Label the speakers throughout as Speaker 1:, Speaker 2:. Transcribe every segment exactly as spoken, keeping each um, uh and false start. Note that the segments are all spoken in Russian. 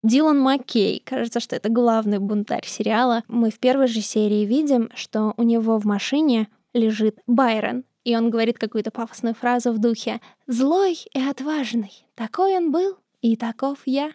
Speaker 1: Дилан Маккей. Кажется, что это главный бунтарь сериала. Мы в первой же серии видим, что у него в машине лежит Байрон. И он говорит какую-то пафосную фразу в духе «Злой и отважный. Такой он был, и таков я».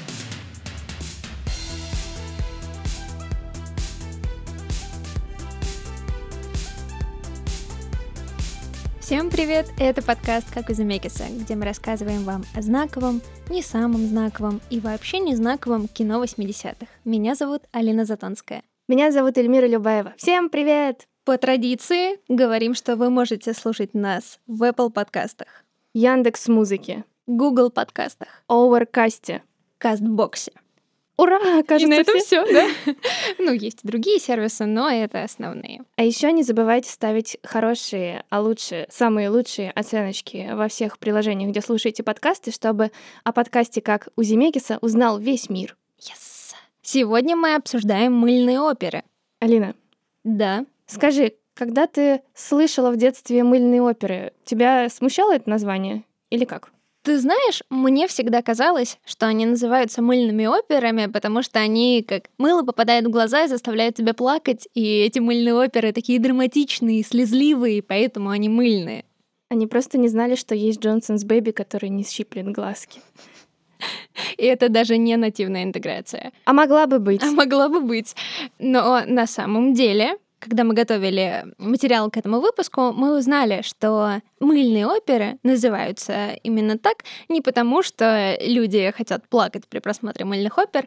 Speaker 1: Всем привет! Это подкаст «Как у Земекиса», где мы рассказываем вам о знаковом, не самом знаковом и вообще не знаковом кино восьмидесятых. Меня зовут Алина Затонская.
Speaker 2: Меня зовут Эльмира Любаева. Всем привет!
Speaker 1: По традиции говорим, что вы можете слушать нас в Apple подкастах,
Speaker 2: Яндекс.Музыке,
Speaker 1: Google подкастах,
Speaker 2: Overcast'е,
Speaker 1: Кастбоксе.
Speaker 2: Ура! Кажется,
Speaker 1: и на этом
Speaker 2: все,
Speaker 1: все, да? Ну, есть другие сервисы, но это основные.
Speaker 2: А еще не забывайте ставить хорошие, а лучше, самые лучшие оценочки во всех приложениях, где слушаете подкасты, чтобы о подкасте «Как у Земекиса» узнал весь мир.
Speaker 1: Yes. Сегодня мы обсуждаем мыльные оперы.
Speaker 2: Алина.
Speaker 1: Да.
Speaker 2: Скажи, когда ты слышала в детстве мыльные оперы, тебя смущало это название или как?
Speaker 1: Ты знаешь, мне всегда казалось, что они называются мыльными операми, потому что они как мыло попадает в глаза и заставляют тебя плакать, и эти мыльные оперы такие драматичные, слезливые, поэтому они мыльные.
Speaker 2: Они просто не знали, что есть Джонсонс Бэби, который не щиплет глазки.
Speaker 1: И это даже не нативная интеграция.
Speaker 2: А могла бы быть.
Speaker 1: А могла бы быть. Но на самом деле, когда мы готовили материал к этому выпуску, мы узнали, что мыльные оперы называются именно так не потому, что люди хотят плакать при просмотре мыльных опер,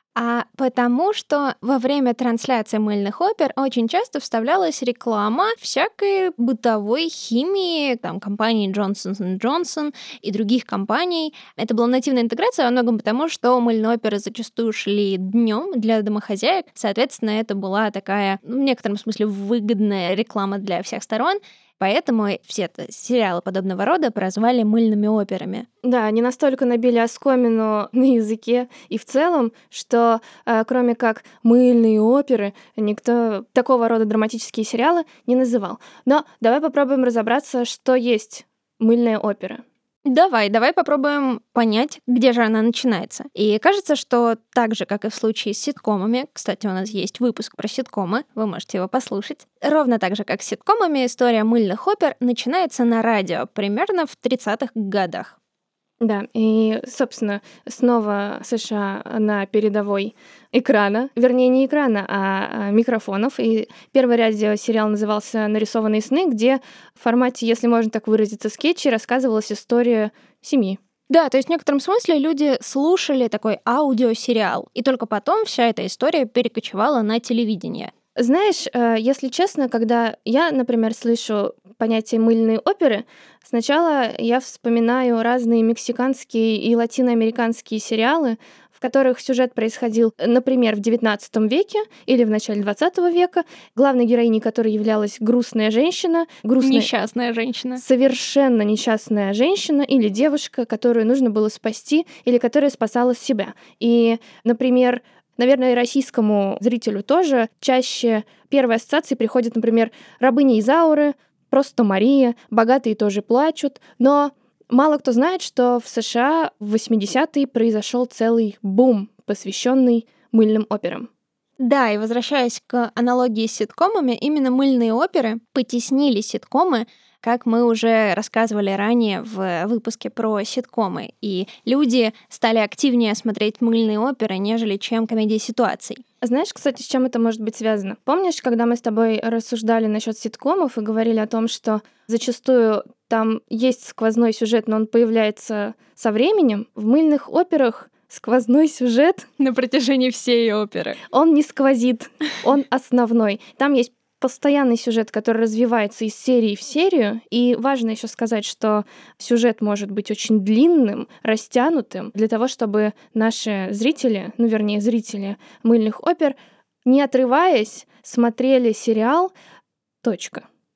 Speaker 1: а потому что во время трансляции мыльных опер очень часто вставлялась реклама всякой бытовой химии, там, компании Johnson энд Johnson и других компаний. Это была нативная интеграция во многом потому, что мыльные оперы зачастую шли днем для домохозяек. Соответственно, это была такая, в некотором смысле, выгодная реклама для всех сторон. Поэтому все сериалы подобного рода прозвали мыльными операми.
Speaker 2: Да, они настолько набили оскомину на языке и в целом, что э, кроме как мыльные оперы, никто такого рода драматические сериалы не называл. Но давай попробуем разобраться, что есть мыльная опера.
Speaker 1: Давай, давай попробуем понять, где же она начинается. И кажется, что так же, как и в случае с ситкомами, кстати, у нас есть выпуск про ситкомы, вы можете его послушать, ровно так же, как с ситкомами, история мыльных опер начинается на радио, примерно в тридцатых годах.
Speaker 2: Да, и, собственно, снова США на передовой экрана, вернее, не экрана, а микрофонов. И первый радиосериал назывался «Нарисованные сны», где в формате, если можно так выразиться, скетчи рассказывалась история семьи.
Speaker 1: Да, то есть в некотором смысле люди слушали такой аудиосериал, и только потом вся эта история перекочевала на телевидение.
Speaker 2: Знаешь, если честно, когда я, например, слышу понятие «мыльные оперы», сначала я вспоминаю разные мексиканские и латиноамериканские сериалы, в которых сюжет происходил, например, в девятнадцатом веке или в начале двадцатого века, главной героиней которой являлась грустная женщина. Грустная,
Speaker 1: несчастная женщина.
Speaker 2: Совершенно несчастная женщина или девушка, которую нужно было спасти или которая спасала себя. И, например, наверное, и российскому зрителю тоже чаще первой ассоциации приходит, например, «Рабыня Изауры», «Просто Мария», «Богатые тоже плачут». Но мало кто знает, что в США в восьмидесятые произошел целый бум, посвященный мыльным операм.
Speaker 1: Да, и возвращаясь к аналогии с ситкомами, именно мыльные оперы потеснили ситкомы, как мы уже рассказывали ранее в выпуске про ситкомы. И люди стали активнее смотреть мыльные оперы, нежели чем комедии ситуаций.
Speaker 2: Знаешь, кстати, с чем это может быть связано? Помнишь, когда мы с тобой рассуждали насчет ситкомов и говорили о том, что зачастую там есть сквозной сюжет, но он появляется со временем? В мыльных операх сквозной сюжет
Speaker 1: на протяжении всей оперы.
Speaker 2: Он не сквозит, он основной. Там есть постоянный сюжет, который развивается из серии в серию. И важно еще сказать, что сюжет может быть очень длинным, растянутым, для того, чтобы наши зрители, ну, вернее, зрители мыльных опер, не отрываясь, смотрели сериал. Точка.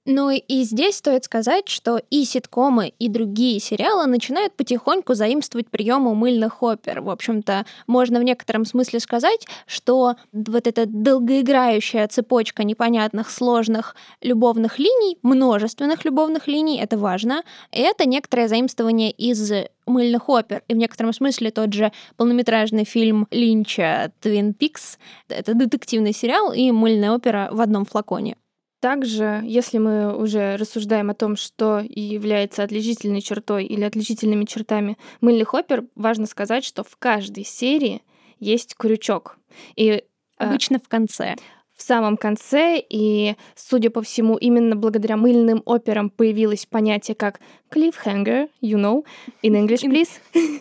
Speaker 1: Ну и здесь стоит сказать, что и ситкомы, и другие сериалы начинают потихоньку заимствовать приемы мыльных опер. В общем-то, можно в некотором смысле сказать, что вот эта долгоиграющая цепочка непонятных, сложных любовных линий, множественных любовных линий, это важно, это некоторое заимствование из мыльных опер. И в некотором смысле тот же полнометражный фильм Линча «Твин Пикс» — это детективный сериал и мыльная опера в одном флаконе.
Speaker 2: Также, если мы уже рассуждаем о том, что является отличительной чертой или отличительными чертами мыльных опер, важно сказать, что в каждой серии есть крючок. И
Speaker 1: обычно в конце.
Speaker 2: В самом конце, и, судя по всему, именно благодаря мыльным операм появилось понятие как cliffhanger, you know, in English, please.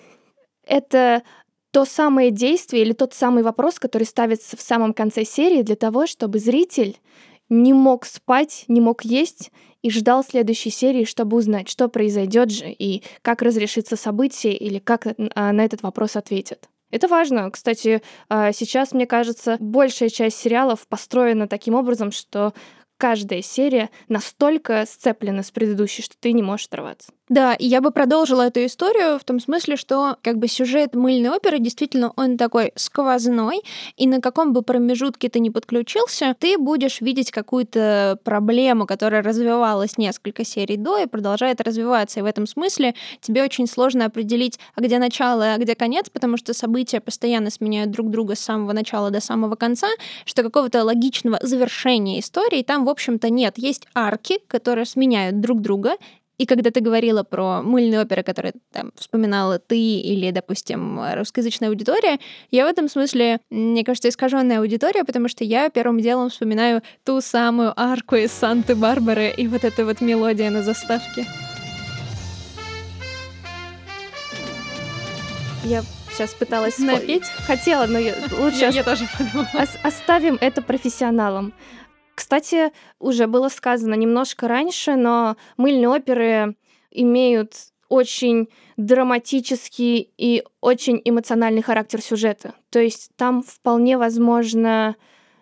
Speaker 2: Это то самое действие или тот самый вопрос, который ставится в самом конце серии для того, чтобы зритель не мог спать, не мог есть и ждал следующей серии, чтобы узнать, что произойдет же и как разрешится событие или как на этот вопрос ответят. Это важно. Кстати, сейчас, мне кажется, большая часть сериалов построена таким образом, что каждая серия настолько сцеплена с предыдущей, что ты не можешь оторваться.
Speaker 1: Да, и я бы продолжила эту историю в том смысле, что как бы сюжет мыльной оперы действительно он такой сквозной, и на каком бы промежутке ты ни подключился, ты будешь видеть какую-то проблему, которая развивалась несколько серий до и продолжает развиваться. И в этом смысле тебе очень сложно определить, а где начало, а где конец, потому что события постоянно сменяют друг друга с самого начала до самого конца, что какого-то логичного завершения истории там, в общем-то, нет. Есть арки, которые сменяют друг друга. И когда ты говорила про мыльные оперы, которые там вспоминала ты или, допустим, русскоязычная аудитория, я в этом смысле, мне кажется, искаженная аудитория, потому что я первым делом вспоминаю ту самую арку из Санты-Барбары и вот эта вот мелодия на заставке.
Speaker 2: Я сейчас пыталась
Speaker 1: напеть.
Speaker 2: Хотела, но я... лучше
Speaker 1: я, я тоже подумала.
Speaker 2: Оставим это профессионалам. Кстати, уже было сказано немножко раньше, но мыльные оперы имеют очень драматический и очень эмоциональный характер сюжета. То есть там вполне возможно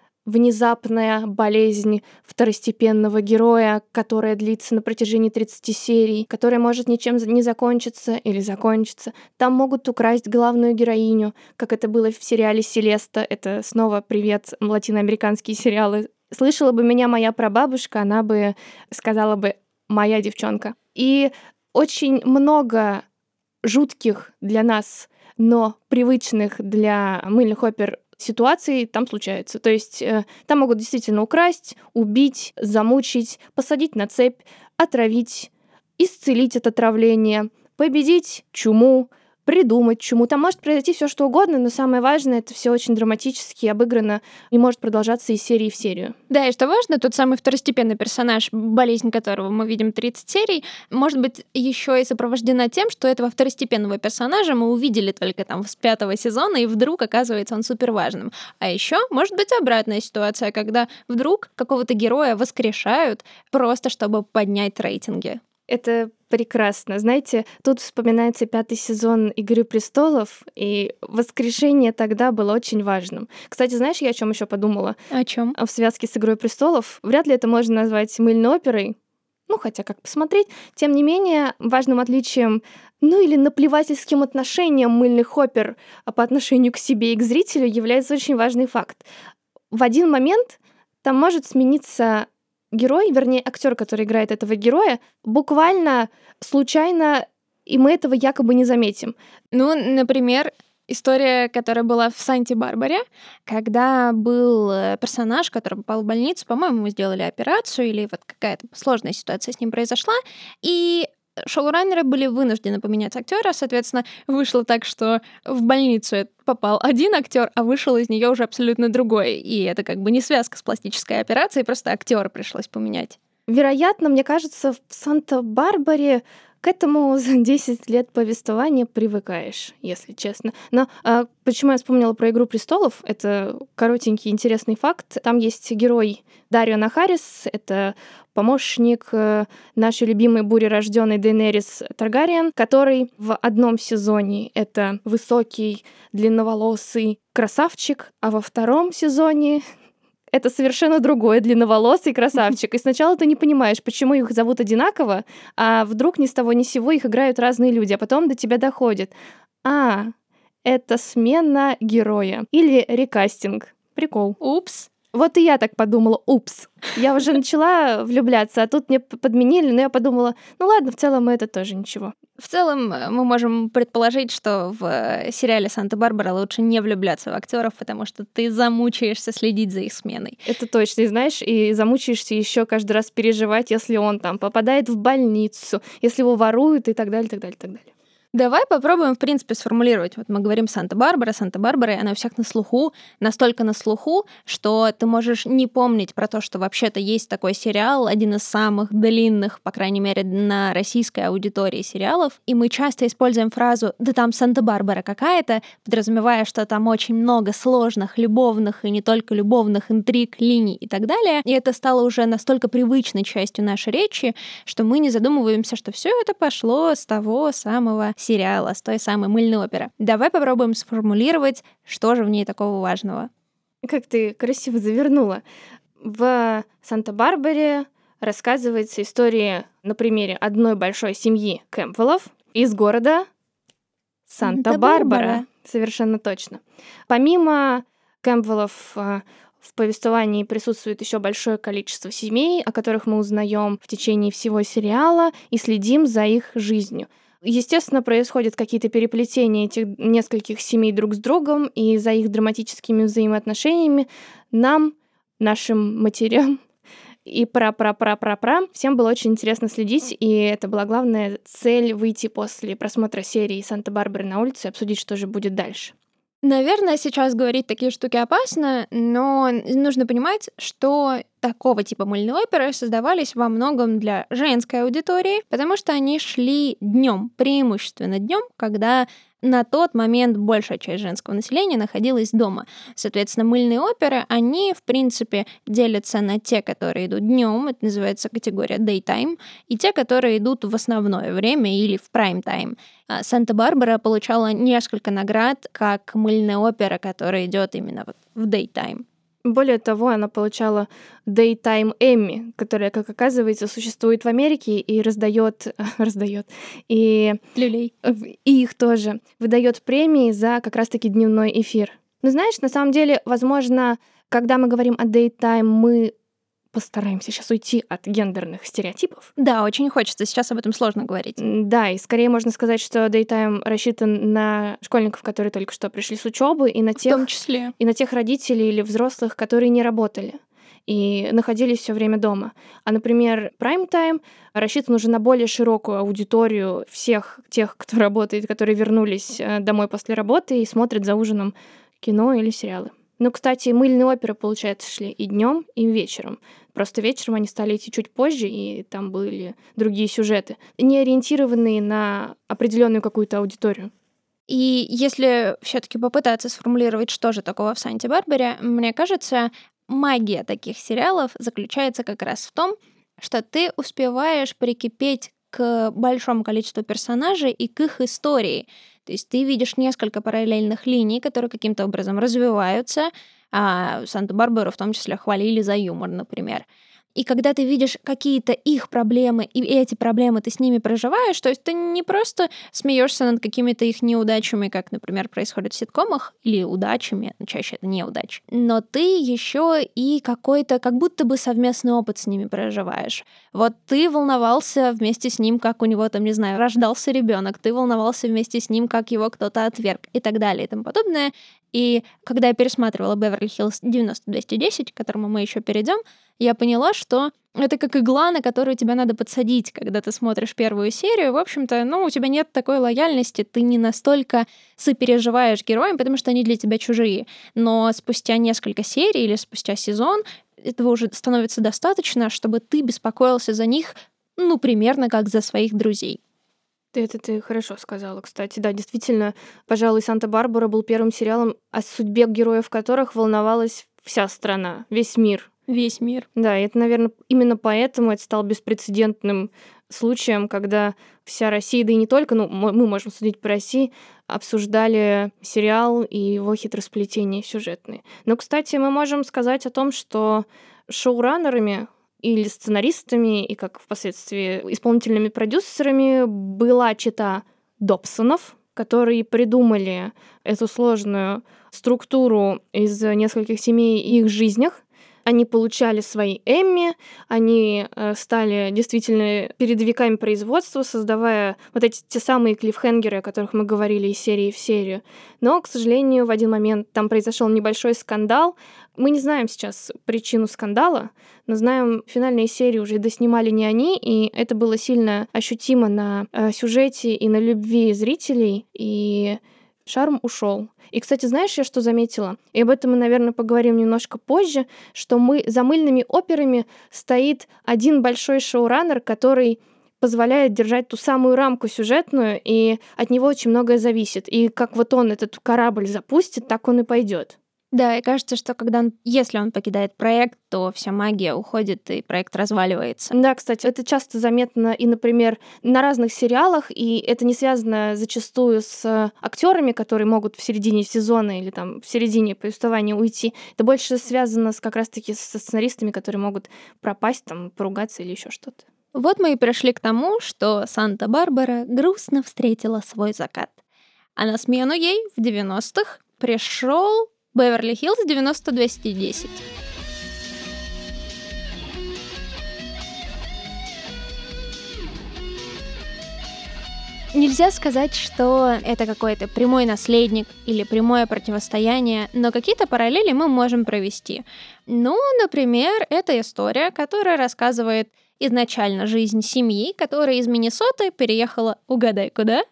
Speaker 2: внезапная болезнь второстепенного героя, которая длится на протяжении тридцати серий, которая может ничем не закончиться или закончиться. Там могут украсть главную героиню, как это было в сериале «Селеста». Это снова привет, латиноамериканские сериалы. Слышала бы меня моя прабабушка, она бы сказала бы «моя девчонка». И очень много жутких для нас, но привычных для мыльных опер ситуаций там случаются. То есть э, там могут действительно украсть, убить, замучить, посадить на цепь, отравить, исцелить от отравления, победить чуму, придумать чуму. Там может произойти все что угодно, но самое важное, это все очень драматически обыграно и может продолжаться из серии в серию.
Speaker 1: Да, и что важно, тот самый второстепенный персонаж, болезнь которого мы видим тридцать серий, может быть еще и сопровождена тем, что этого второстепенного персонажа мы увидели только там с пятого сезона, и вдруг оказывается он суперважным. А еще может быть обратная ситуация, когда вдруг какого-то героя воскрешают просто чтобы поднять рейтинги.
Speaker 2: Это прекрасно. Знаете, тут вспоминается пятый сезон «Игры престолов», и воскрешение тогда было очень важным. Кстати, знаешь, я о чем еще подумала?
Speaker 1: О чем?
Speaker 2: В связке с «Игрой престолов». Вряд ли это можно назвать мыльной оперой. Ну, хотя как посмотреть. Тем не менее, важным отличием, ну или наплевательским отношением мыльных опер по отношению к себе и к зрителю является очень важный факт. В один момент там может смениться герой, вернее, актер, который играет этого героя, буквально случайно, и мы этого якобы не заметим.
Speaker 1: Ну, например, история, которая была в Санте-Барбаре, когда был персонаж, который попал в больницу, по-моему, мы сделали операцию, или вот какая-то сложная ситуация с ним произошла, и шоураннеры были вынуждены поменять актера, соответственно, вышло так, что в больницу попал один актер, а вышел из нее уже абсолютно другой. И это как бы не связка с пластической операцией, просто актера пришлось поменять.
Speaker 2: Вероятно, мне кажется, в Санта-Барбаре к этому за десять лет повествования привыкаешь, если честно. Но а, почему я вспомнила про «Игру престолов»? Это коротенький интересный факт. Там есть герой Дарио Нахарис, это помощник э, нашей любимой бурерожденной Дейенерис Таргариен, который в одном сезоне это высокий, длинноволосый красавчик, а во втором сезоне это совершенно другой длинноволосый красавчик. И сначала ты не понимаешь, почему их зовут одинаково, а вдруг ни с того ни с сего их играют разные люди, а потом до тебя доходит. А, это смена героя. Или рекастинг. Прикол.
Speaker 1: Упс.
Speaker 2: Вот и я так подумала, упс. Я уже начала влюбляться, а тут мне подменили, но я подумала, ну ладно, в целом это тоже ничего.
Speaker 1: В целом, мы можем предположить, что в сериале «Санта-Барбара» лучше не влюбляться в актеров, потому что ты замучаешься следить за их сменой.
Speaker 2: Это точно, и знаешь, и замучаешься еще каждый раз переживать, если он там попадает в больницу, если его воруют и так далее, так далее, так далее.
Speaker 1: Давай попробуем, в принципе, сформулировать. Вот мы говорим «Санта-Барбара», «Санта-Барбара», и она у всех на слуху, настолько на слуху, что ты можешь не помнить про то, что вообще-то есть такой сериал, один из самых длинных, по крайней мере, на российской аудитории сериалов. И мы часто используем фразу «да там Санта-Барбара какая-то», подразумевая, что там очень много сложных, любовных и не только любовных интриг, линий и так далее. И это стало уже настолько привычной частью нашей речи, что мы не задумываемся, что все это пошло с того самого сериала, с той самой мыльной оперы. Давай попробуем сформулировать, что же в ней такого важного.
Speaker 2: Как ты красиво завернула. В «Санта-Барбаре» рассказывается история на примере одной большой семьи Кэмпбеллов из города Санта-Барбара. Совершенно точно. Помимо Кэмпбеллов в повествовании присутствует еще большое количество семей, о которых мы узнаем в течение всего сериала и следим за их жизнью. Естественно, происходят какие-то переплетения этих нескольких семей друг с другом, и за их драматическими взаимоотношениями нам, нашим матерям и пра-пра-пра-пра-пра, всем было очень интересно следить, и это была главная цель выйти после просмотра серии «Санта-Барбары на улице» и обсудить, что же будет дальше.
Speaker 1: Наверное, сейчас говорить такие штуки опасно, но нужно понимать, что такого типа мыльные оперы создавались во многом для женской аудитории, потому что они шли днем, преимущественно днем, когда на тот момент большая часть женского населения находилась дома. Соответственно, мыльные оперы, они, в принципе, делятся на те, которые идут днем, это называется категория daytime, и те, которые идут в основное время или в прайм-тайм. Санта-Барбара получала несколько наград как мыльная опера, которая идет именно вот в daytime.
Speaker 2: Более того, она получала Daytime Emmy, которая, как оказывается, существует в Америке и раздает, раздает, и,
Speaker 1: Люлей.
Speaker 2: и их тоже выдает премии за как раз-таки дневной эфир. Но знаешь, на самом деле, возможно, когда мы говорим о Daytime, мы постараемся сейчас уйти от гендерных стереотипов.
Speaker 1: Да, очень хочется. Сейчас об этом сложно говорить.
Speaker 2: Да, и скорее можно сказать, что Daytime рассчитан на школьников, которые только что пришли с учебы, и на тех,
Speaker 1: в том числе.
Speaker 2: и на тех родителей или взрослых, которые не работали и находились все время дома. А, например, Prime Time рассчитан уже на более широкую аудиторию всех тех, кто работает, которые вернулись домой после работы и смотрят за ужином кино или сериалы. Ну, кстати, мыльные оперы, получается, шли и днем, и вечером. Просто вечером они стали идти чуть позже, и там были другие сюжеты, не ориентированные на определенную какую-то аудиторию.
Speaker 1: И если все-таки попытаться сформулировать, что же такого в Санте-Барбаре, мне кажется, магия таких сериалов заключается как раз в том, что ты успеваешь прикипеть к большому количеству персонажей и к их истории. То есть ты видишь несколько параллельных линий, которые каким-то образом развиваются, а Санту-Барбару в том числе хвалили за юмор, например. И когда ты видишь какие-то их проблемы, и эти проблемы ты с ними проживаешь, то есть ты не просто смеешься над какими-то их неудачами, как, например, происходит в ситкомах, или удачами, но чаще это неудачи, но ты еще и какой-то, как будто бы совместный опыт с ними проживаешь. Вот ты волновался вместе с ним, как у него там, не знаю, рождался ребенок, ты волновался вместе с ним, как его кто-то отверг, и так далее, и тому подобное. И когда я пересматривала «Беверли-Хиллз девяносто двести десять», к которому мы еще перейдем, я поняла, что это как игла, на которую тебя надо подсадить, когда ты смотришь первую серию. В общем-то, ну, у тебя нет такой лояльности, ты не настолько сопереживаешь героям, потому что они для тебя чужие. Но спустя несколько серий или спустя сезон этого уже становится достаточно, чтобы ты беспокоился за них, ну, примерно как за своих друзей.
Speaker 2: Это ты хорошо сказала, кстати. Да, действительно, пожалуй, «Санта-Барбара» был первым сериалом, о судьбе героев которых волновалась вся страна, весь мир.
Speaker 1: Весь мир.
Speaker 2: Да, и это, наверное, именно поэтому это стал беспрецедентным случаем, когда вся Россия, да и не только, ну, мо- мы можем судить по России, обсуждали сериал и его хитросплетения сюжетные. Но, кстати, мы можем сказать о том, что шоураннерами или сценаристами, и как впоследствии исполнительными продюсерами была чета Добсонов, которые придумали эту сложную структуру из нескольких семей и их жизнях. Они получали свои Эмми, они э, стали действительно передовиками производства, создавая вот эти те самые клиффхенгеры, о которых мы говорили из серии в серию. Но, к сожалению, в один момент там произошел небольшой скандал. Мы не знаем сейчас причину скандала, но знаем, финальные серии уже доснимали не они, и это было сильно ощутимо на э, сюжете и на любви зрителей, и шарм ушел. И, кстати, знаешь, я что заметила? И об этом мы, наверное, поговорим немножко позже, что мы за мыльными операми стоит один большой шоураннер, который позволяет держать ту самую рамку сюжетную, и от него очень многое зависит. И как вот он этот корабль запустит, так он и пойдет.
Speaker 1: Да, и кажется, что когда он, если он покидает проект, то вся магия уходит, и проект разваливается.
Speaker 2: Да, кстати, это часто заметно и, например, на разных сериалах, и это не связано зачастую с актерами, которые могут в середине сезона или там в середине повествования уйти. Это больше связано с, как раз-таки со сценаристами, которые могут пропасть, там, поругаться или еще что-то.
Speaker 1: Вот мы и пришли к тому, что Санта-Барбара грустно встретила свой закат. А на смену ей в девяностых пришел Беверли-Хиллз девяносто двести десять. Нельзя сказать, что это какой-то прямой наследник или прямое противостояние, но какие-то параллели мы можем провести. Ну, например, это история, которая рассказывает изначально жизнь семьи, которая из Миннесоты переехала, угадай, куда?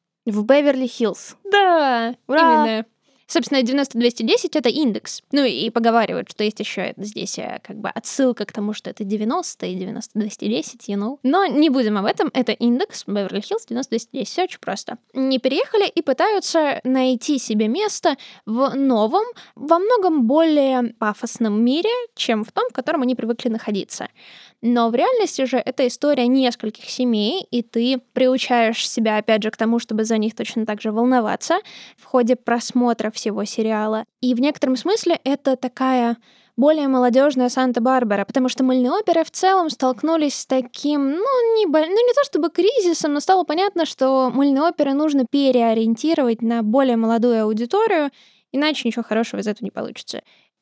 Speaker 2: В Беверли-Хиллз.
Speaker 1: Да,
Speaker 2: Ура!
Speaker 1: именно. Собственно, девяносто двести десять — это индекс. Ну и поговаривают, что есть еще здесь э, как бы отсылка к тому, что это девяносто и девяносто двести десять, you know. Но не будем об этом. Это индекс Беверли-Хиллз девяносто двести десять. Все очень просто. Не переехали и пытаются найти себе место в новом, во многом более пафосном мире, чем в том, в котором они привыкли находиться. Но в реальности же это история нескольких семей, и ты приучаешь себя, опять же, к тому, чтобы за них точно так же волноваться в ходе просмотра всего сериала. И в некотором смысле это такая более молодежная Санта-Барбара, потому что мыльные оперы в целом столкнулись с таким, ну не, бо... ну, не то чтобы кризисом, но стало понятно, что мыльные оперы нужно переориентировать на более молодую аудиторию, иначе ничего хорошего из этого не получится.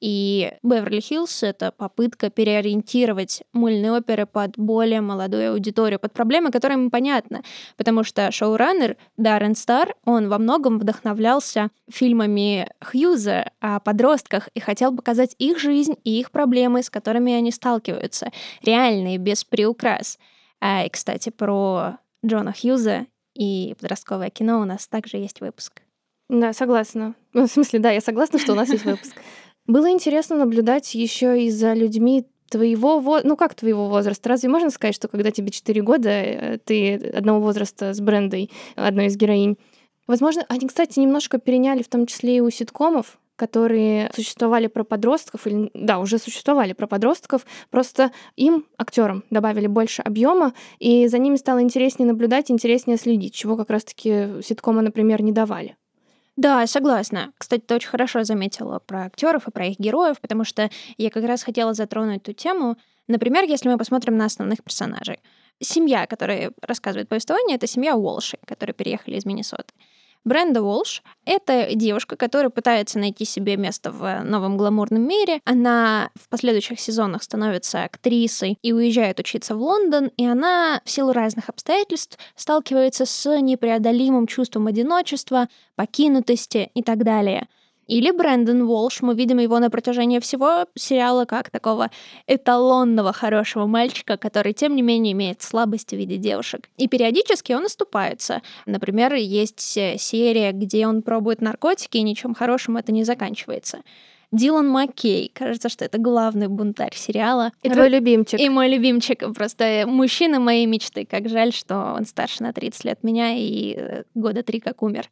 Speaker 1: И Беверли-Хиллз — это попытка переориентировать мыльные оперы под более молодую аудиторию, под проблемы, которые им понятны. Потому что шоураннер Даррен Стар, он во многом вдохновлялся фильмами Хьюза о подростках и хотел показать их жизнь и их проблемы, с которыми они сталкиваются. Реальные, без приукрас. А, и, кстати, про Джона Хьюза и подростковое кино у нас также есть выпуск.
Speaker 2: Да, согласна. Ну, в смысле, да, я согласна, что у нас есть выпуск. Было интересно наблюдать еще и за людьми твоего возраста. Ну, как твоего возраста? Разве можно сказать, что когда тебе четыре года, ты одного возраста с Брендой, одной из героинь? Возможно, они, кстати, немножко переняли в том числе и у ситкомов, которые существовали про подростков, или, да, уже существовали про подростков, просто им, актерам, добавили больше объема, и за ними стало интереснее наблюдать, интереснее следить, чего как раз-таки ситкомы, например, не давали.
Speaker 1: Да, согласна. Кстати, ты очень хорошо заметила про актеров и про их героев, потому что я как раз хотела затронуть ту тему. Например, если мы посмотрим на основных персонажей. Семья, которая рассказывает повествование, это семья Уолши, которые переехали из Миннесоты. Бренда Уолш — это девушка, которая пытается найти себе место в новом гламурном мире. Она в последующих сезонах становится актрисой и уезжает учиться в Лондон, и она в силу разных обстоятельств сталкивается с непреодолимым чувством одиночества, покинутости и так далее. Или Брэндон Уолш, мы видим его на протяжении всего сериала как такого эталонного хорошего мальчика, который, тем не менее, имеет слабости в виде девушек. И периодически он оступается. Например, есть серия, где он пробует наркотики, и ничем хорошим это не заканчивается. Дилан Маккей, кажется, что это главный бунтарь сериала.
Speaker 2: И твой любимчик.
Speaker 1: И мой любимчик, просто мужчина моей мечты. Как жаль, что он старше на тридцать лет меня и года три как умер.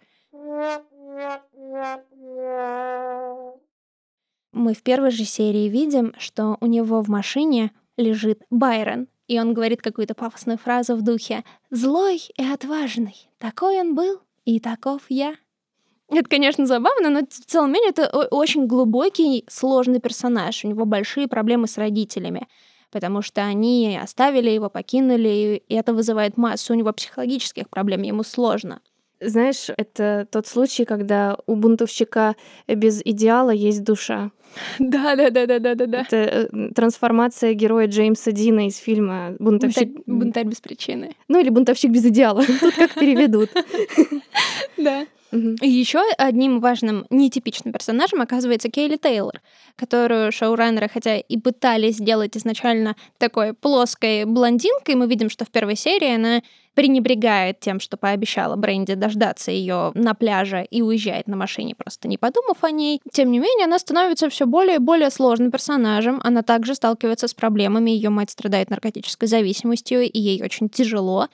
Speaker 1: Мы в первой же серии видим, что у него в машине лежит Байрон, И он говорит какую-то пафосную фразу в духе «Злой и отважный, такой он был, и таков я». Это, конечно, забавно, но в целом менее это очень глубокий, сложный персонаж. У него большие проблемы с родителями, потому что они оставили его, покинули, и это вызывает массу у него психологических проблем, ему сложно.
Speaker 2: Знаешь, это тот случай, когда у бунтовщика без идеала есть душа.
Speaker 1: Да-да-да-да-да-да.
Speaker 2: Это трансформация героя Джеймса Дина из фильма «Бунтовщик».
Speaker 1: Бунтарь, бунтарь без причины.
Speaker 2: Ну или «Бунтовщик без идеала». Тут как переведут.
Speaker 1: Да. И еще одним важным нетипичным персонажем оказывается Кейли Тейлор, которую шоураннеры, хотя и пытались сделать изначально такой плоской блондинкой, мы видим, что в первой серии она пренебрегает тем, что пообещала Бренди дождаться ее на пляже и уезжает на машине, просто не подумав о ней. Тем не менее, она становится все более и более сложным персонажем. Она также сталкивается с проблемами. Ее мать страдает наркотической зависимостью, и ей очень тяжело.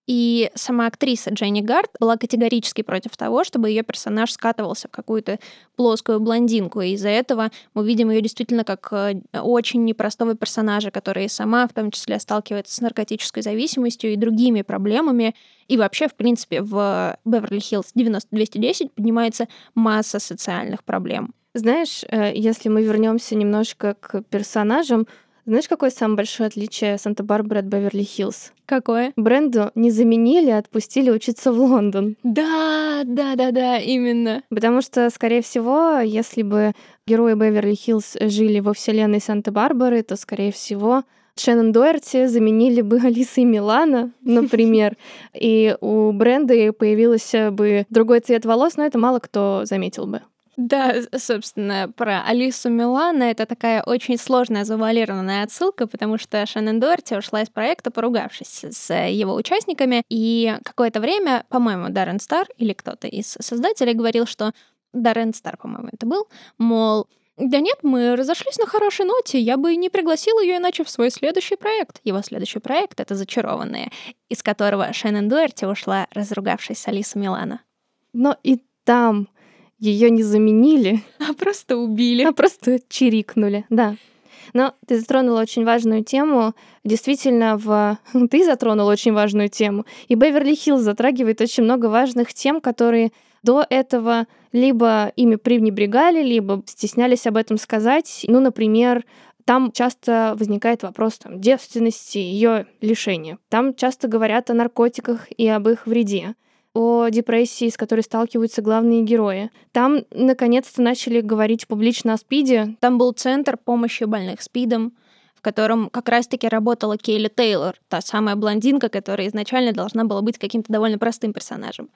Speaker 1: И сама актриса Дженни Гард была категорически против того, чтобы ее персонаж скатывался в какую-то плоскую блондинку. И из-за этого мы видим ее действительно как очень непростого персонажа, который сама в том числе сталкивается с наркотической зависимостью и другими проблемами. И вообще, в принципе, в «Беверли-Хиллз девяносто двести десять» поднимается масса социальных проблем.
Speaker 2: Знаешь, если мы вернемся немножко к персонажам, знаешь, какое самое большое отличие Санта-Барбары от Беверли-Хиллз?
Speaker 1: Какое?
Speaker 2: Бренду не заменили, а отпустили учиться в Лондон.
Speaker 1: Да, да, да, да, именно.
Speaker 2: Потому что, скорее всего, если бы герои Беверли-Хиллз жили во вселенной Санта-Барбары, то, скорее всего, Шеннон Дуэрти заменили бы Алисой Милано, например, и у Бренды появился бы другой цвет волос, но это мало кто заметил бы.
Speaker 1: Да, собственно, про Алису Милано это такая очень сложная завуалированная отсылка, потому что Шеннон Дуэрти ушла из проекта, поругавшись с его участниками, и какое-то время, по-моему, Даррен Стар или кто-то из создателей говорил, что Даррен Стар, по-моему, это был, мол, да нет, мы разошлись на хорошей ноте, я бы не пригласил ее иначе в свой следующий проект. Его следующий проект — это «Зачарованные», из которого Шеннон Дуэрти ушла, разругавшись с Алисой Милано.
Speaker 2: Но и там ее не заменили,
Speaker 1: а просто убили.
Speaker 2: А просто чирикнули, да. Но ты затронула очень важную тему. Действительно, в... ты затронула очень важную тему. И Беверли-Хиллз затрагивает очень много важных тем, которые до этого либо ими пренебрегали, либо стеснялись об этом сказать. Ну, например, там часто возникает вопрос там, девственности, ее лишения. Там часто говорят о наркотиках и об их вреде, о депрессии, с которой сталкиваются главные герои. Там, наконец-то, начали говорить публично о СПИДе.
Speaker 1: Там был центр помощи больных СПИДом, в котором как раз-таки работала Кейли Тейлор, та самая блондинка, которая изначально должна была быть каким-то довольно простым персонажем.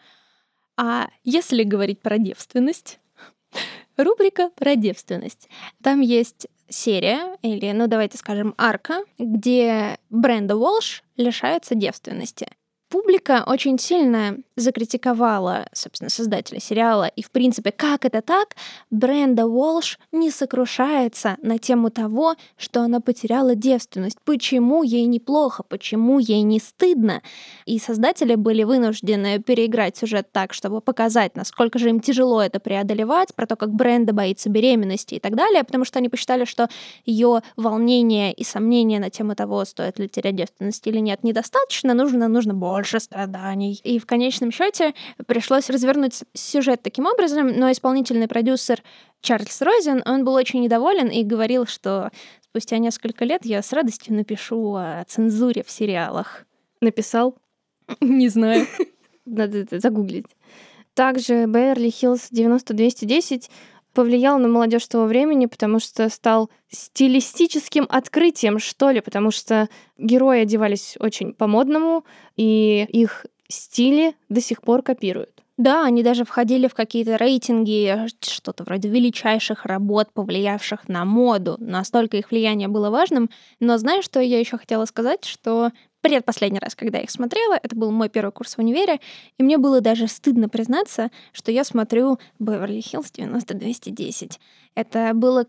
Speaker 1: А если говорить про девственность, рубрика про девственность. Там есть серия, или, ну давайте скажем, арка, где Бренда Уолш лишается девственности. Публика очень сильно закритиковала, собственно, создателя сериала. И, в принципе, как это так? Бренда Уолш не сокрушается на тему того, что она потеряла девственность. Почему ей неплохо? Почему ей не стыдно? И создатели были вынуждены переиграть сюжет так, чтобы показать, насколько же им тяжело это преодолевать, про то, как Бренда боится беременности и так далее, потому что они посчитали, что ее волнение и сомнения на тему того, стоит ли терять девственность или нет, недостаточно, нужно, нужно больше больше страданий. И в конечном счете пришлось развернуть сюжет таким образом, но исполнительный продюсер Чарльз Розен, он был очень недоволен и говорил, что спустя несколько лет я с радостью напишу о цензуре в сериалах.
Speaker 2: Написал?
Speaker 1: Не знаю.
Speaker 2: Надо это загуглить. Также Беверли-Хиллз девяносто двести десять повлиял на молодежь того времени, потому что стал стилистическим открытием, что ли, потому что герои одевались очень по-модному, и их стили до сих пор копируют.
Speaker 1: Да, они даже входили в какие-то рейтинги, что-то вроде величайших работ, повлиявших на моду. Настолько их влияние было важным. Но знаешь, что я еще хотела сказать? Что предпоследний раз, когда я их смотрела, это был мой первый курс в универе, и мне было даже стыдно признаться, что я смотрю «Беверли-Хиллз девяносто двести десять». Это было как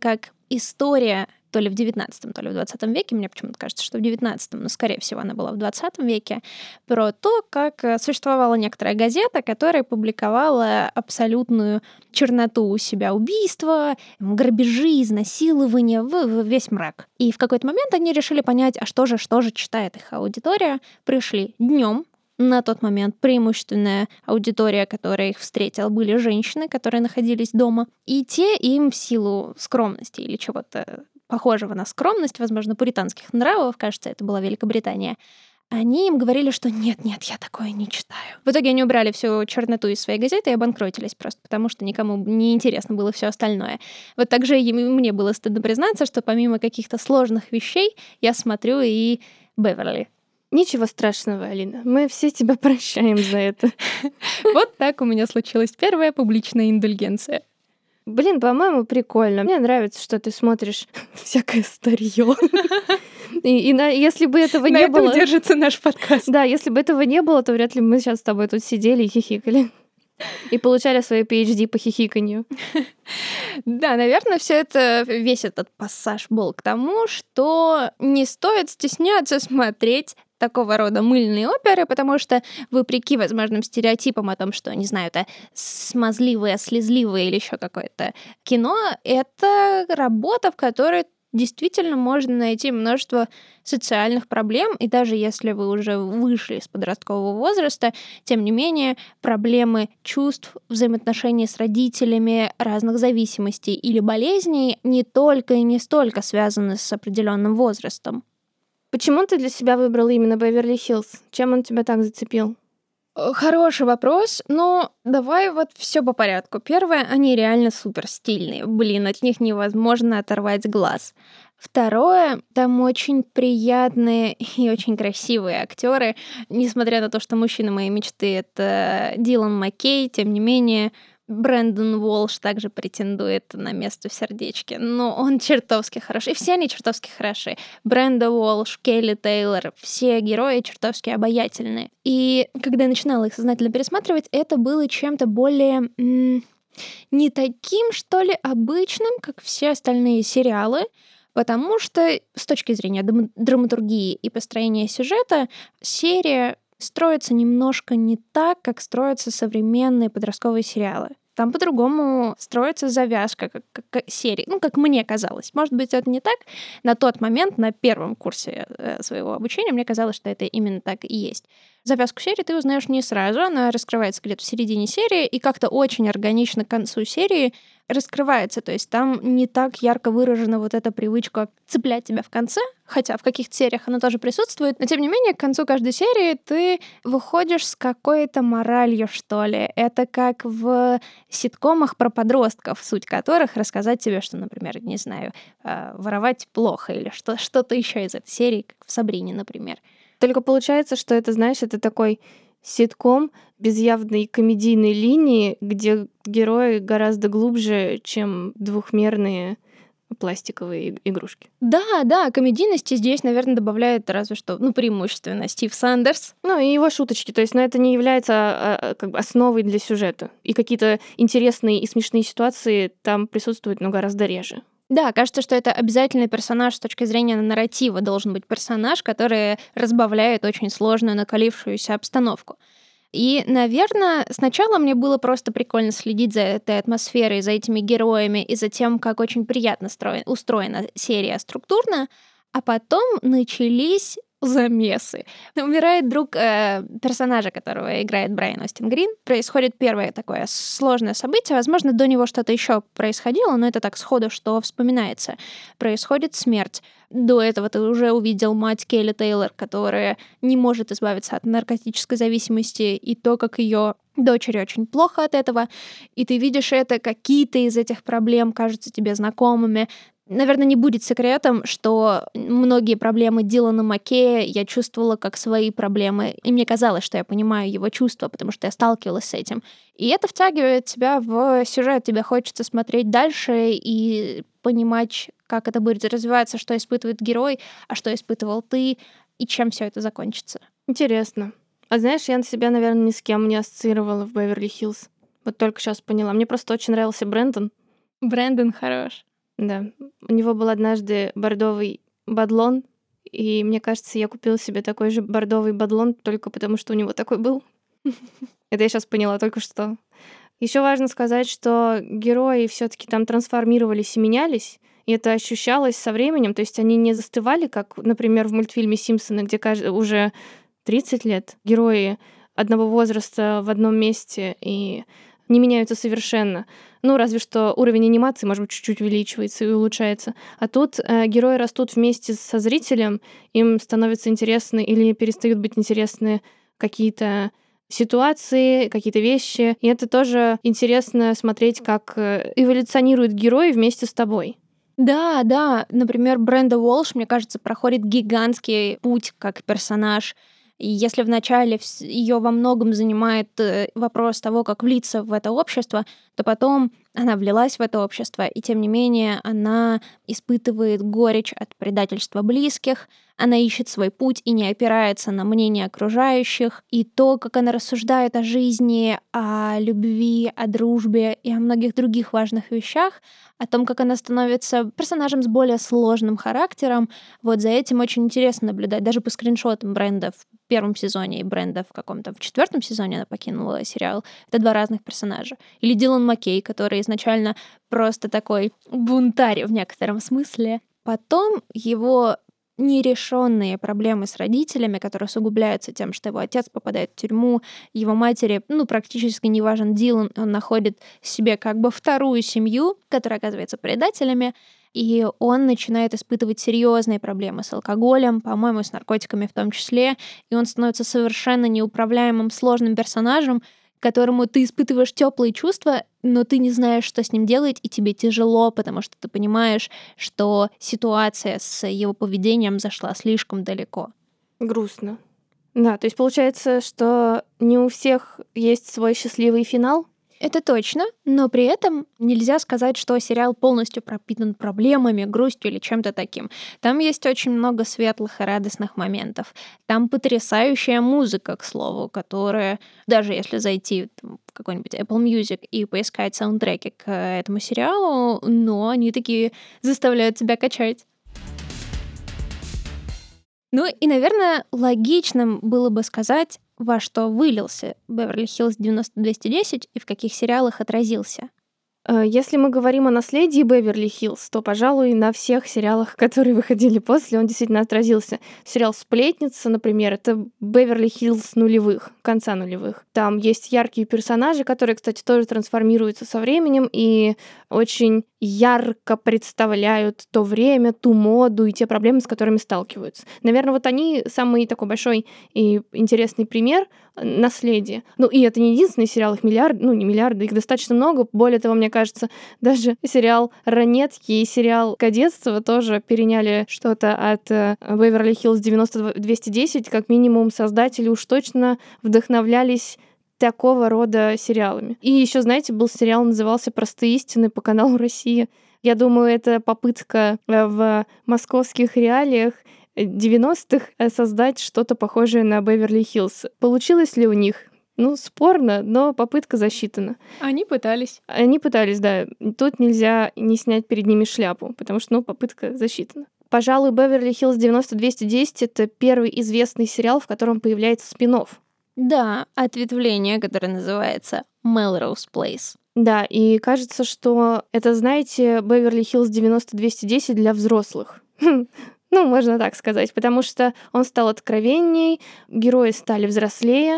Speaker 1: история то ли в девятнадцатом, то ли в двадцатом веке, мне почему-то кажется, что в девятнадцатом, но, скорее всего, она была в двадцатом веке, про то, как э, существовала некоторая газета, которая публиковала абсолютную черноту у себя убийства, м, грабежи, изнасилования, в, в весь мрак. И в какой-то момент они решили понять, а что же, что же читает их аудитория. Пришли днем. На тот момент преимущественная аудитория, которая их встретила, были женщины, которые находились дома. И те им в силу скромности или чего-то похожего на скромность, возможно, пуританских нравов, кажется, это была Великобритания, они им говорили, что нет-нет, я такое не читаю. В итоге они убрали всю черноту из своей газеты и обанкротились просто потому, что никому не интересно было все остальное. Вот так же и мне было стыдно признаться, что помимо каких-то сложных вещей я смотрю и Беверли.
Speaker 2: Ничего страшного, Алина. Мы все тебя прощаем за это.
Speaker 1: Вот так у меня случилась первая публичная индульгенция.
Speaker 2: Блин, по-моему, прикольно. Мне нравится, что ты смотришь всякое старье. И, и на, если бы этого
Speaker 1: на
Speaker 2: не
Speaker 1: этом
Speaker 2: было...
Speaker 1: держится наш подкаст.
Speaker 2: Да, если бы этого не было, то вряд ли мы сейчас с тобой тут сидели и хихикали. И получали свои пи эйч ди по хихиканью.
Speaker 1: Да, наверное, все это, весь этот пассаж был к тому, что не стоит стесняться смотреть такого рода мыльные оперы, потому что, вопреки возможным стереотипам о том, что, не знаю, это смазливое, слезливое или еще какое-то кино, это работа, в которой действительно можно найти множество социальных проблем, и даже если вы уже вышли из подросткового возраста, тем не менее, проблемы чувств, взаимоотношений с родителями, разных зависимостей или болезней не только и не столько связаны с определенным возрастом.
Speaker 2: Почему ты для себя выбрала именно Беверли-Хиллз? Чем он тебя так зацепил?
Speaker 1: Хороший вопрос, но давай вот все по порядку. Первое, они реально супер стильные. Блин, от них невозможно оторвать глаз. Второе, там очень приятные и очень красивые актеры. Несмотря на то, что мужчина моей мечты — это Дилан Маккей, тем не менее, Брэндон Уолш также претендует на место в сердечке. Но он чертовски хороший. И все они чертовски хороши. Бренда Уолш, Келли Тейлор, все герои чертовски обаятельные. И когда я начинала их сознательно пересматривать, это было чем-то более... М- не таким, что ли, обычным, как все остальные сериалы, потому что с точки зрения дам- драматургии и построения сюжета серия строится немножко не так, как строятся современные подростковые сериалы. Там по-другому строится завязка как, как, как серии. Ну, как мне казалось. Может быть, это не так. На тот момент, на первом курсе э, своего обучения, мне казалось, что это именно так и есть. Завязку серии ты узнаешь не сразу. Она раскрывается где-то в середине серии и как-то очень органично к концу серии раскрывается. То есть там не так ярко выражена вот эта привычка цеплять тебя в конце, хотя в каких-то сериях она тоже присутствует. Но, тем не менее, к концу каждой серии ты выходишь с какой-то моралью, что ли. Это как в ситкомах про подростков, суть которых рассказать тебе, что, например, не знаю, воровать плохо или что- что-то еще из этой серии, как в «Сабрине», например.
Speaker 2: Только получается, что это, знаешь, это такой ситком без явной комедийной линии, где герои гораздо глубже, чем двухмерные пластиковые игрушки.
Speaker 1: Да, да, комедийности здесь, наверное, добавляет разве что, ну, преимущественно Стив Сандерс.
Speaker 2: Ну, и его шуточки, то есть, но это не является а, а, как бы основой для сюжета. И какие-то интересные и смешные ситуации там присутствуют, но гораздо реже.
Speaker 1: Да, кажется, что это обязательный персонаж с точки зрения нарратива. Должен быть персонаж, который разбавляет очень сложную, накалившуюся обстановку. И, наверное, сначала мне было просто прикольно следить за этой атмосферой, за этими героями и за тем, как очень приятно строен, устроена серия структурно, а потом начались замесы. Умирает друг э, персонажа, которого играет Брайан Остин Грин. Происходит первое такое сложное событие. Возможно, до него что-то еще происходило, но это так сходу, что вспоминается. Происходит смерть. До этого ты уже увидел мать Келли Тейлор, которая не может избавиться от наркотической зависимости, и то, как ее дочери очень плохо от этого. И ты видишь это, какие-то из этих проблем кажутся тебе знакомыми. Наверное, не будет секретом, что многие проблемы Дилана Маккея я чувствовала как свои проблемы, и мне казалось, что я понимаю его чувства, потому что я сталкивалась с этим. И это втягивает тебя в сюжет, тебе хочется смотреть дальше и понимать, как это будет развиваться, что испытывает герой, а что испытывал ты, и чем все это закончится.
Speaker 2: Интересно. А знаешь, я себя, наверное, ни с кем не ассоциировала в Беверли-Хиллз. Вот только сейчас поняла. Мне просто очень нравился Брэндон.
Speaker 1: Брэндон хорош.
Speaker 2: Да. У него был однажды бордовый бадлон, и мне кажется, я купила себе такой же бордовый бадлон только потому, что у него такой был. Это я сейчас поняла только что. Еще важно сказать, что герои все-таки там трансформировались и менялись, и это ощущалось со временем. То есть они не застывали, как, например, в мультфильме «Симпсоны», где кажд- уже тридцать лет герои одного возраста в одном месте и не меняются совершенно. Ну, разве что уровень анимации, может быть, чуть-чуть увеличивается и улучшается. А тут э, герои растут вместе со зрителем, им становятся интересны или перестают быть интересны какие-то ситуации, какие-то вещи. И это тоже интересно смотреть, как э, эволюционируют герои вместе с тобой.
Speaker 1: Да, да. Например, Бренда Уолш, мне кажется, проходит гигантский путь как персонаж. И если вначале ее во многом занимает э, вопрос того, как влиться в это общество, то потом она влилась в это общество, и тем не менее она испытывает горечь от предательства близких, она ищет свой путь и не опирается на мнение окружающих, и то, как она рассуждает о жизни, о любви, о дружбе и о многих других важных вещах, о том, как она становится персонажем с более сложным характером, вот за этим очень интересно наблюдать. Даже по скриншотам Бренда в первом сезоне и Бренда в каком-то в четвертом сезоне она покинула сериал. Это два разных персонажа. Или Дилан Маккей, который изначально просто такой бунтарь в некотором смысле. Потом его нерешенные проблемы с родителями, которые усугубляются тем, что его отец попадает в тюрьму, его матери, ну, практически не важен Дилан, он находит себе как бы вторую семью, которая оказывается предателями, и он начинает испытывать серьезные проблемы с алкоголем, по-моему, с наркотиками в том числе, и он становится совершенно неуправляемым, сложным персонажем, которому ты испытываешь теплые чувства, но ты не знаешь, что с ним делать, и тебе тяжело, потому что ты понимаешь, что ситуация с его поведением зашла слишком далеко.
Speaker 2: Грустно. Да, то есть получается, что не у всех есть свой счастливый финал.
Speaker 1: Это точно, но при этом нельзя сказать, что сериал полностью пропитан проблемами, грустью или чем-то таким. Там есть очень много светлых и радостных моментов. Там потрясающая музыка, к слову, которая, даже если зайти там, в какой-нибудь Apple Music и поискать саундтреки к этому сериалу, но они такие заставляют тебя качать. Ну и, наверное, логичным было бы сказать, во что вылился «Беверли-Хиллз девяносто двести десять» и в каких сериалах отразился.
Speaker 2: Если мы говорим о наследии Беверли-Хиллз, то, пожалуй, на всех сериалах, которые выходили после, он действительно отразился. Сериал «Сплетница», например, это Беверли-Хиллз нулевых, конца нулевых. Там есть яркие персонажи, которые, кстати, тоже трансформируются со временем и очень ярко представляют то время, ту моду и те проблемы, с которыми сталкиваются. Наверное, вот они самый такой большой и интересный пример наследия. Ну, и это не единственный сериал, их миллиард, ну, не миллиарды, их достаточно много. Более того, мне кажется, даже сериал «Ранетки» и сериал «Кадетство» тоже переняли что-то от «Беверли-Хиллз девяносто двести десять». Как минимум, создатели уж точно вдохновлялись такого рода сериалами. И еще, знаете, был сериал, назывался «Простые истины» по каналу «Россия». Я думаю, это попытка в московских реалиях девяностых создать что-то похожее на Беверли-Хиллз. Получилось ли у них? Ну, спорно, но попытка засчитана.
Speaker 1: Они пытались.
Speaker 2: Они пытались, да. Тут нельзя не снять перед ними шляпу, потому что, ну, попытка засчитана. Пожалуй, «Беверли-Хиллз девяносто двести десять» — это первый известный сериал, в котором появляется спин-офф.
Speaker 1: Да, ответвление, которое называется Melrose Place.
Speaker 2: Да, и кажется, что это, знаете, «Беверли-Хиллз девяносто двести десять» для взрослых. Ну, можно так сказать, потому что он стал откровенней, герои стали взрослее,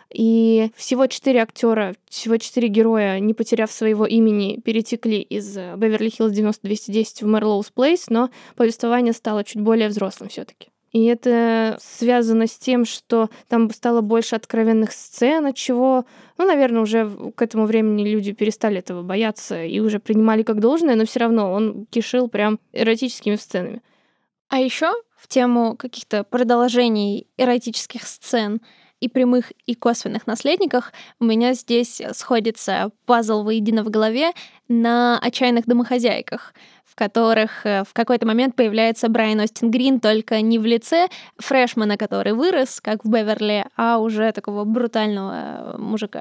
Speaker 2: и всего четыре актера, всего четыре героя, не потеряв своего имени, перетекли из «Беверли-Хиллз девяносто двести десять» в «Melrose Place, но повествование стало чуть более взрослым все-таки. И это связано с тем, что там стало больше откровенных сцен, от чего, ну, наверное, уже к этому времени люди перестали этого бояться и уже принимали как должное, но все равно он кишил прям эротическими сценами.
Speaker 1: А еще в тему каких-то продолжений эротических сцен и прямых, и косвенных наследниках у меня здесь сходится пазл воедино в голове на «Отчаянных домохозяйках», в которых в какой-то момент появляется Брайан Остин Грин, только не в лице фрешмана, который вырос, как в Беверли, а уже такого брутального мужика.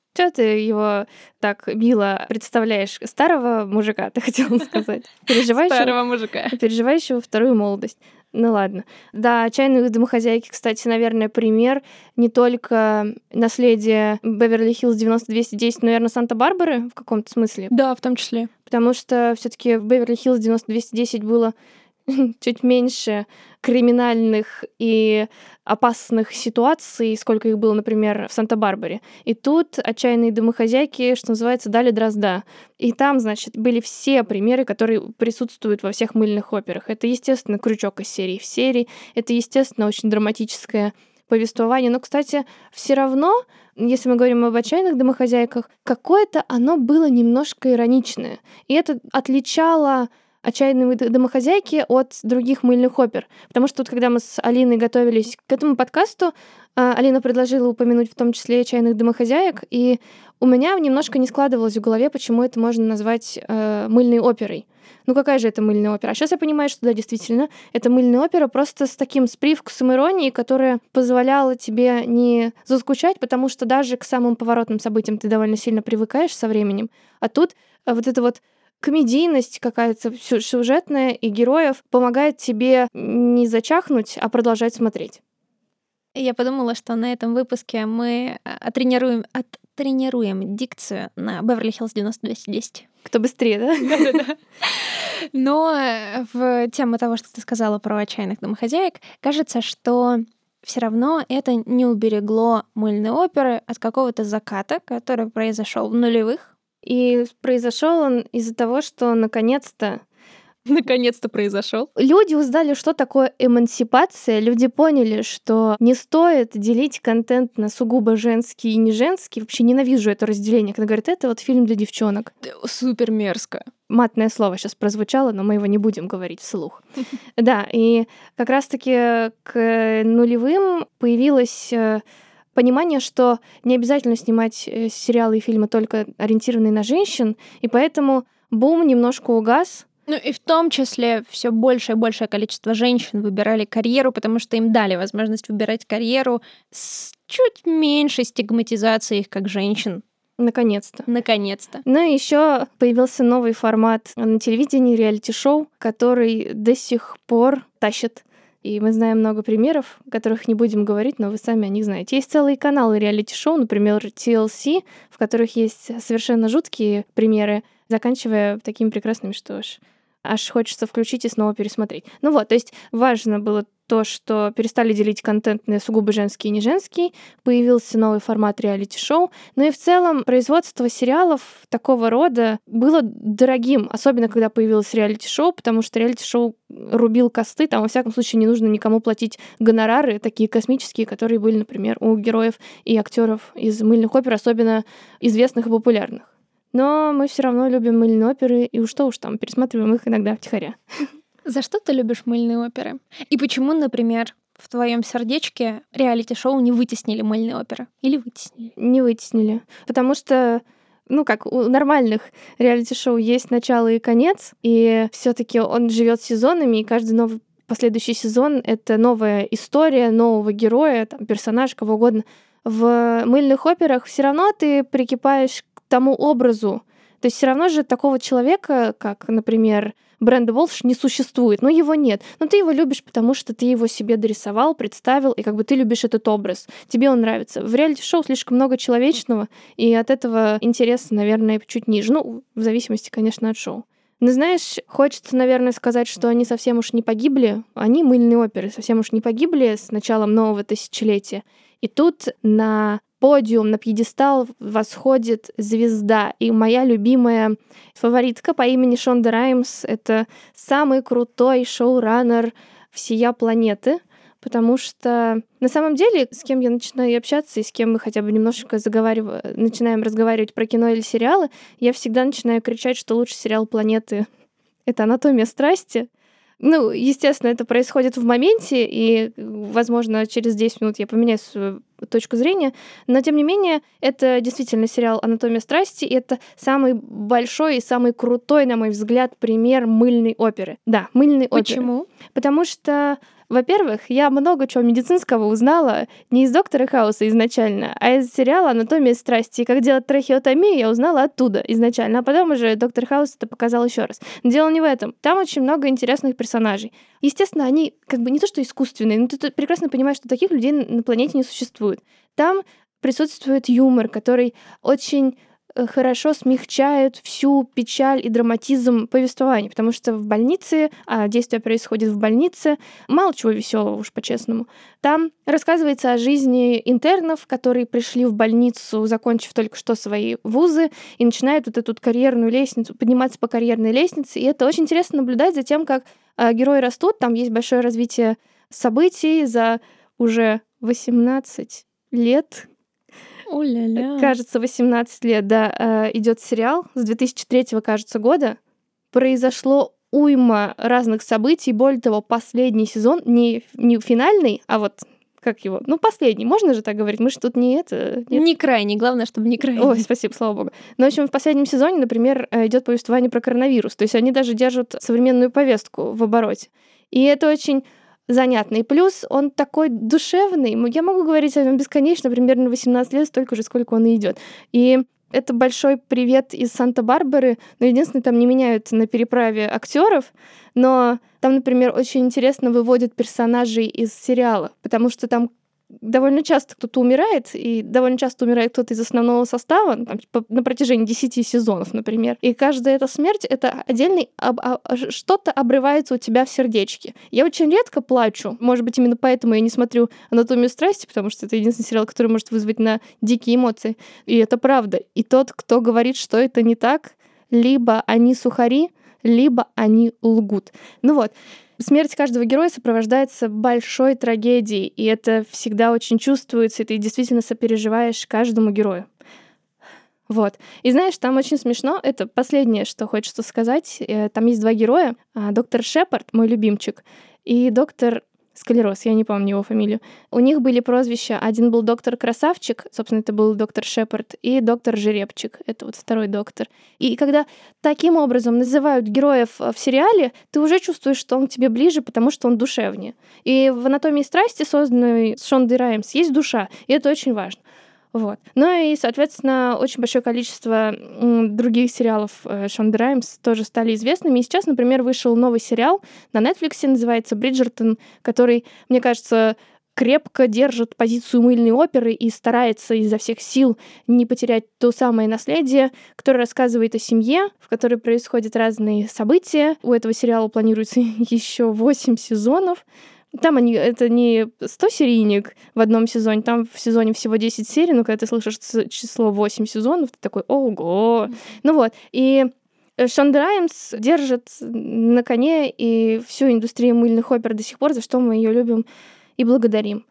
Speaker 2: Чё ты его так мило представляешь? Старого мужика, ты хотела сказать. Переживающего,
Speaker 1: Старого мужика.
Speaker 2: переживающего вторую молодость. Ну ладно. Да, «Отчаянные домохозяйки», кстати, наверное, пример не только наследия Беверли-Хиллз девяносто двести десять, но, наверное, Санта-Барбары в каком-то смысле.
Speaker 1: Да, в том числе.
Speaker 2: Потому что все таки в Беверли-Хиллз девяносто двести десять было чуть меньше криминальных и опасных ситуаций, сколько их было, например, в Санта-Барбаре. И тут «Отчаянные домохозяйки», что называется, дали дрозда. И там, значит, были все примеры, которые присутствуют во всех мыльных операх. Это, естественно, крючок из серии в серии. Это, естественно, очень драматическое повествование. Но, кстати, все равно, если мы говорим об «Отчаянных домохозяйках», какое-то оно было немножко ироничное. И это отличало «Отчаянные домохозяйки» от других мыльных опер. Потому что вот когда мы с Алиной готовились к этому подкасту, Алина предложила упомянуть в том числе «Отчаянных домохозяек», и у меня немножко не складывалось в голове, почему это можно назвать э, мыльной оперой. Ну какая же это мыльная опера? А сейчас я понимаю, что да, действительно, это мыльная опера просто с таким, с привкусом иронии, которая позволяла тебе не заскучать, потому что даже к самым поворотным событиям ты довольно сильно привыкаешь со временем. А тут вот это вот комедийность какая-то сюжетная и героев помогает тебе не зачахнуть, а продолжать смотреть.
Speaker 1: Я подумала, что на этом выпуске мы оттренируем, оттренируем дикцию на Беверли-Хиллз девяносто двести десять.
Speaker 2: Кто быстрее, да?
Speaker 1: Да-да-да. Но в тему того, что ты сказала про «Отчаянных домохозяек», кажется, что все равно это не уберегло мыльные оперы от какого-то заката, который произошел в нулевых.
Speaker 2: И произошел он из-за того, что наконец-то
Speaker 1: Наконец-то произошел.
Speaker 2: люди узнали, что такое эмансипация. Люди поняли, что не стоит делить контент на сугубо женский и не женский. Вообще ненавижу это разделение, когда говорят, это вот фильм для девчонок.
Speaker 1: Супер мерзко.
Speaker 2: Матное слово сейчас прозвучало, но мы его не будем говорить вслух. Да, и как раз-таки к нулевым появилось понимание, что не обязательно снимать сериалы и фильмы только ориентированные на женщин, и поэтому бум немножко угас.
Speaker 1: Ну и в том числе все большее и большее количество женщин выбирали карьеру, потому что им дали возможность выбирать карьеру с чуть меньшей стигматизацией их как женщин.
Speaker 2: Наконец-то.
Speaker 1: Наконец-то.
Speaker 2: Ну и еще появился новый формат на телевидении, реалити-шоу, который до сих пор тащит. И мы знаем много примеров, о которых не будем говорить, но вы сами о них знаете. Есть целые каналы реалити-шоу, например, ти эл си, в которых есть совершенно жуткие примеры, заканчивая такими прекрасными, что ж, аж хочется включить и снова пересмотреть. Ну вот, то есть важно было то, что перестали делить контент на сугубо женский и не женский, появился новый формат реалити-шоу, ну и в целом производство сериалов такого рода было дорогим, особенно когда появилось реалити-шоу, потому что реалити-шоу рубил косты, там, во всяком случае, не нужно никому платить гонорары, такие космические, которые были, например, у героев и актеров из мыльных опер, особенно известных и популярных. Но мы все равно любим мыльные оперы, и уж что уж там, пересматриваем их иногда втихаря.
Speaker 1: За что ты любишь мыльные оперы? И почему, например, в твоем сердечке реалити-шоу не вытеснили мыльные оперы? Или вытеснили?
Speaker 2: Не вытеснили. Потому что, ну как, у нормальных реалити-шоу есть начало и конец, и все таки он живет сезонами, и каждый новый последующий сезон — это новая история нового героя, там, персонаж, кого угодно. В мыльных операх все равно ты прикипаешь к тому образу. То есть все равно же такого человека, как, например, Бренда Волш, не существует, но его нет. Но ты его любишь, потому что ты его себе дорисовал, представил, и как бы ты любишь этот образ. Тебе он нравится. В реалити-шоу слишком много человечного, и от этого интерес, наверное, чуть ниже. Ну, в зависимости, конечно, от шоу. Но знаешь, хочется, наверное, сказать, что они совсем уж не погибли. Они, мыльные оперы, совсем уж не погибли с началом нового тысячелетия. И тут на подиум, на пьедестал восходит звезда. И моя любимая фаворитка по имени Шонда Раймс — это самый крутой шоураннер всея планеты, потому что на самом деле, с кем я начинаю общаться и с кем мы хотя бы немножечко заговариваем, начинаем разговаривать про кино или сериалы, я всегда начинаю кричать, что лучший сериал планеты — это «Анатомия страсти». Ну, естественно, это происходит в моменте, и, возможно, через десять минут я поменяю свою точку зрения, но, тем не менее, это действительно сериал «Анатомия страсти», и это самый большой и самый крутой, на мой взгляд, пример мыльной оперы. Да, мыльной оперы.
Speaker 1: Почему?
Speaker 2: Потому что Во-первых, я много чего медицинского узнала не из «Доктора Хауса» изначально, а из сериала «Анатомия страсти». И как делать трахеотомию я узнала оттуда изначально, а потом уже «Доктор Хаус» это показал еще раз. Но дело не в этом. Там очень много интересных персонажей. Естественно, они как бы не то что искусственные, но ты прекрасно понимаешь, что таких людей на планете не существует. Там присутствует юмор, который очень хорошо смягчает всю печаль и драматизм повествования, потому что в больнице, а действие происходит в больнице, мало чего веселого, уж по-честному. Там рассказывается о жизни интернов, которые пришли в больницу, закончив только что свои вузы, и начинают вот эту карьерную лестницу, подниматься по карьерной лестнице. И это очень интересно наблюдать за тем, как э, герои растут. Там есть большое развитие событий за уже восемнадцать лет.
Speaker 1: О-ля-ля.
Speaker 2: Кажется, восемнадцать лет, да, идет сериал с две тысячи третьего, кажется, года. Произошло уйма разных событий. Более того, последний сезон, не, не финальный, а вот как его? Ну, последний, можно же так говорить? Мы же тут не это...
Speaker 1: Нет. Не крайний, главное, чтобы не крайний.
Speaker 2: Ой, спасибо, слава богу. Но, в общем, в последнем сезоне, например, идет повествование про коронавирус. То есть они даже держат современную повестку в обороте. И это очень занятный. Плюс он такой душевный. Я могу говорить о нем бесконечно, примерно восемнадцать лет, столько же, сколько он и идет. И это большой привет из Санта-Барбары. Но единственное, там не меняют на переправе актеров, но там, например, очень интересно выводят персонажей из сериала, потому что там довольно часто кто-то умирает, и довольно часто умирает кто-то из основного состава, там, типа, на протяжении десяти сезонов, например. И каждая эта смерть — это отдельный... Об, об, что-то обрывается у тебя в сердечке. Я очень редко плачу. Может быть, именно поэтому я не смотрю «Анатомию страсти», потому что это единственный сериал, который может вызвать на дикие эмоции. И это правда. И тот, кто говорит, что это не так, либо они сухари, либо они лгут. Ну вот. Смерть каждого героя сопровождается большой трагедией, и это всегда очень чувствуется, и ты действительно сопереживаешь каждому герою. Вот. И знаешь, там очень смешно, это последнее, что хочется сказать. Там есть два героя, доктор Шепард, мой любимчик, и доктор Склероз, я не помню его фамилию. У них были прозвища. Один был доктор Красавчик, собственно, это был доктор Шепард, и доктор Жеребчик, это вот второй доктор. И когда таким образом называют героев в сериале, ты уже чувствуешь, что он к тебе ближе, потому что он душевнее. И в «Анатомии страсти», созданной Шондой Раймс, есть душа, и это очень важно. Вот. Ну и, соответственно, очень большое количество других сериалов Шонды Раймс тоже стали известными. И сейчас, например, вышел новый сериал на Netflix, называется «Бриджертон», который, мне кажется, крепко держит позицию мыльной оперы и старается изо всех сил не потерять то самое наследие, которое рассказывает о семье, в которой происходят разные события. У этого сериала планируется еще восемь сезонов. Там они, это не сто-серийник в одном сезоне, там в сезоне всего десять серий, но когда ты слышишь число восемь сезонов, ты такой «Ого!». Mm-hmm. Ну вот, и Шонда Раймс держит на коне и всю индустрию мыльных опер до сих пор, за что мы ее любим и благодарим.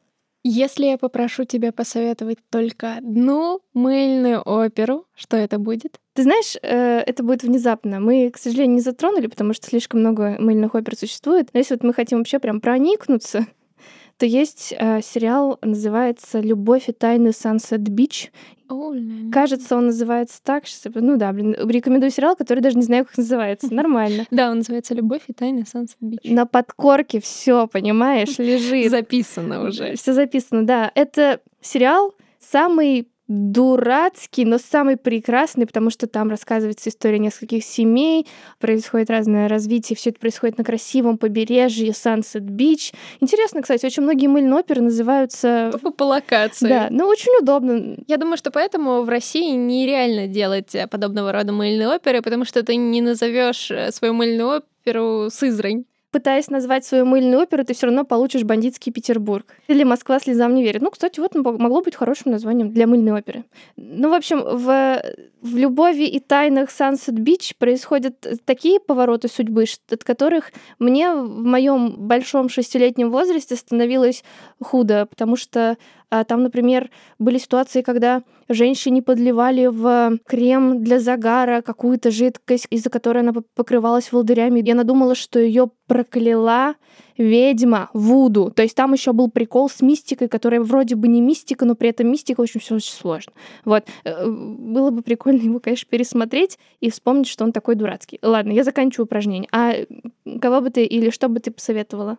Speaker 1: Если я попрошу тебя посоветовать только одну мыльную оперу, что это будет?
Speaker 2: Ты знаешь, это будет внезапно. Мы, к сожалению, не затронули, потому что слишком много мыльных опер существует. Но если вот мы хотим вообще прям проникнуться, то есть э, сериал, называется «Любовь и тайны Sunset Beach».
Speaker 1: Oh,
Speaker 2: Кажется, он называется так. Ну да, блин, рекомендую сериал, который даже не знаю, как называется. Нормально.
Speaker 1: Да, он называется «Любовь и тайны Sunset Beach».
Speaker 2: На подкорке все, понимаешь, лежит.
Speaker 1: Записано уже.
Speaker 2: Все записано, да. Это сериал самый дурацкий, но самый прекрасный, потому что там рассказывается история нескольких семей, происходит разное развитие, все это происходит на красивом побережье Sunset Beach. Интересно, кстати, очень многие мыльные оперы называются...
Speaker 1: По, по локации.
Speaker 2: Да, но очень удобно.
Speaker 1: Я думаю, что поэтому в России нереально делать подобного рода мыльные оперы, потому что ты не назовешь свою мыльную оперу «Сызрань».
Speaker 2: Пытаясь назвать свою мыльную оперу, ты все равно получишь «Бандитский Петербург». Или «Москва слезам не верит». Ну, кстати, вот могло быть хорошим названием для мыльной оперы. Ну, в общем, в, в «Любови и тайнах Sunset Beach» происходят такие повороты судьбы, от которых мне в моем большом шестилетнем возрасте становилось худо, потому что а, там, например, были ситуации, когда женщине подливали в крем для загара какую-то жидкость, из-за которой она покрывалась волдырями. И она думала, что ее прокляла ведьма Вуду. То есть там еще был прикол с мистикой, которая вроде бы не мистика, но при этом мистика очень все очень сложно. Вот. Было бы прикольно его, конечно, пересмотреть и вспомнить, что он такой дурацкий. Ладно, я заканчиваю упражнение. А кого бы ты или что бы ты посоветовала?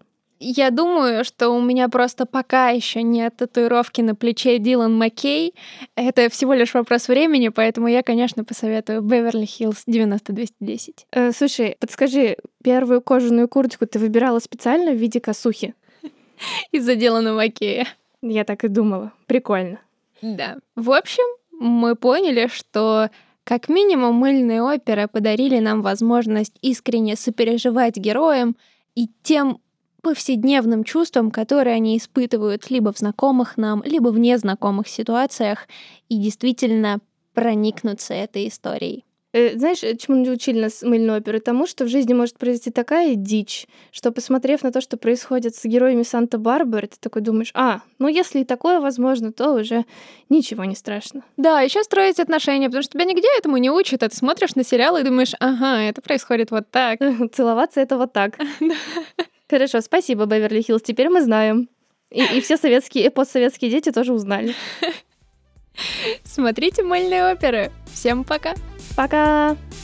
Speaker 1: Я думаю, что у меня просто пока еще нет татуировки на плече Дилан Маккей. Это всего лишь вопрос времени, поэтому я, конечно, посоветую Беверли-Хиллз девяносто двести десять.
Speaker 2: Э, слушай, подскажи, первую кожаную куртку ты выбирала специально в виде косухи?
Speaker 1: Из-за Дилана Маккея.
Speaker 2: Я так и думала. Прикольно.
Speaker 1: Да. В общем, мы поняли, что как минимум мыльные оперы подарили нам возможность искренне сопереживать героям и тем повседневным чувствам, которые они испытывают либо в знакомых нам, либо в незнакомых ситуациях, и действительно проникнуться этой историей.
Speaker 2: Э, знаешь, чему научили нас мыльные оперы? Тому, что в жизни может произойти такая дичь, что, посмотрев на то, что происходит с героями Санта-Барбары, ты такой думаешь, а, ну если и такое возможно, то уже ничего не страшно.
Speaker 1: Да, еще строить отношения, потому что тебя нигде этому не учат, а ты смотришь на сериал и думаешь, ага, это происходит вот так.
Speaker 2: Целоваться — это вот так. Хорошо, спасибо, Беверли-Хиллз, теперь мы знаем. И, и все советские и постсоветские дети тоже узнали.
Speaker 1: Смотрите мыльные оперы. Всем пока.
Speaker 2: Пока!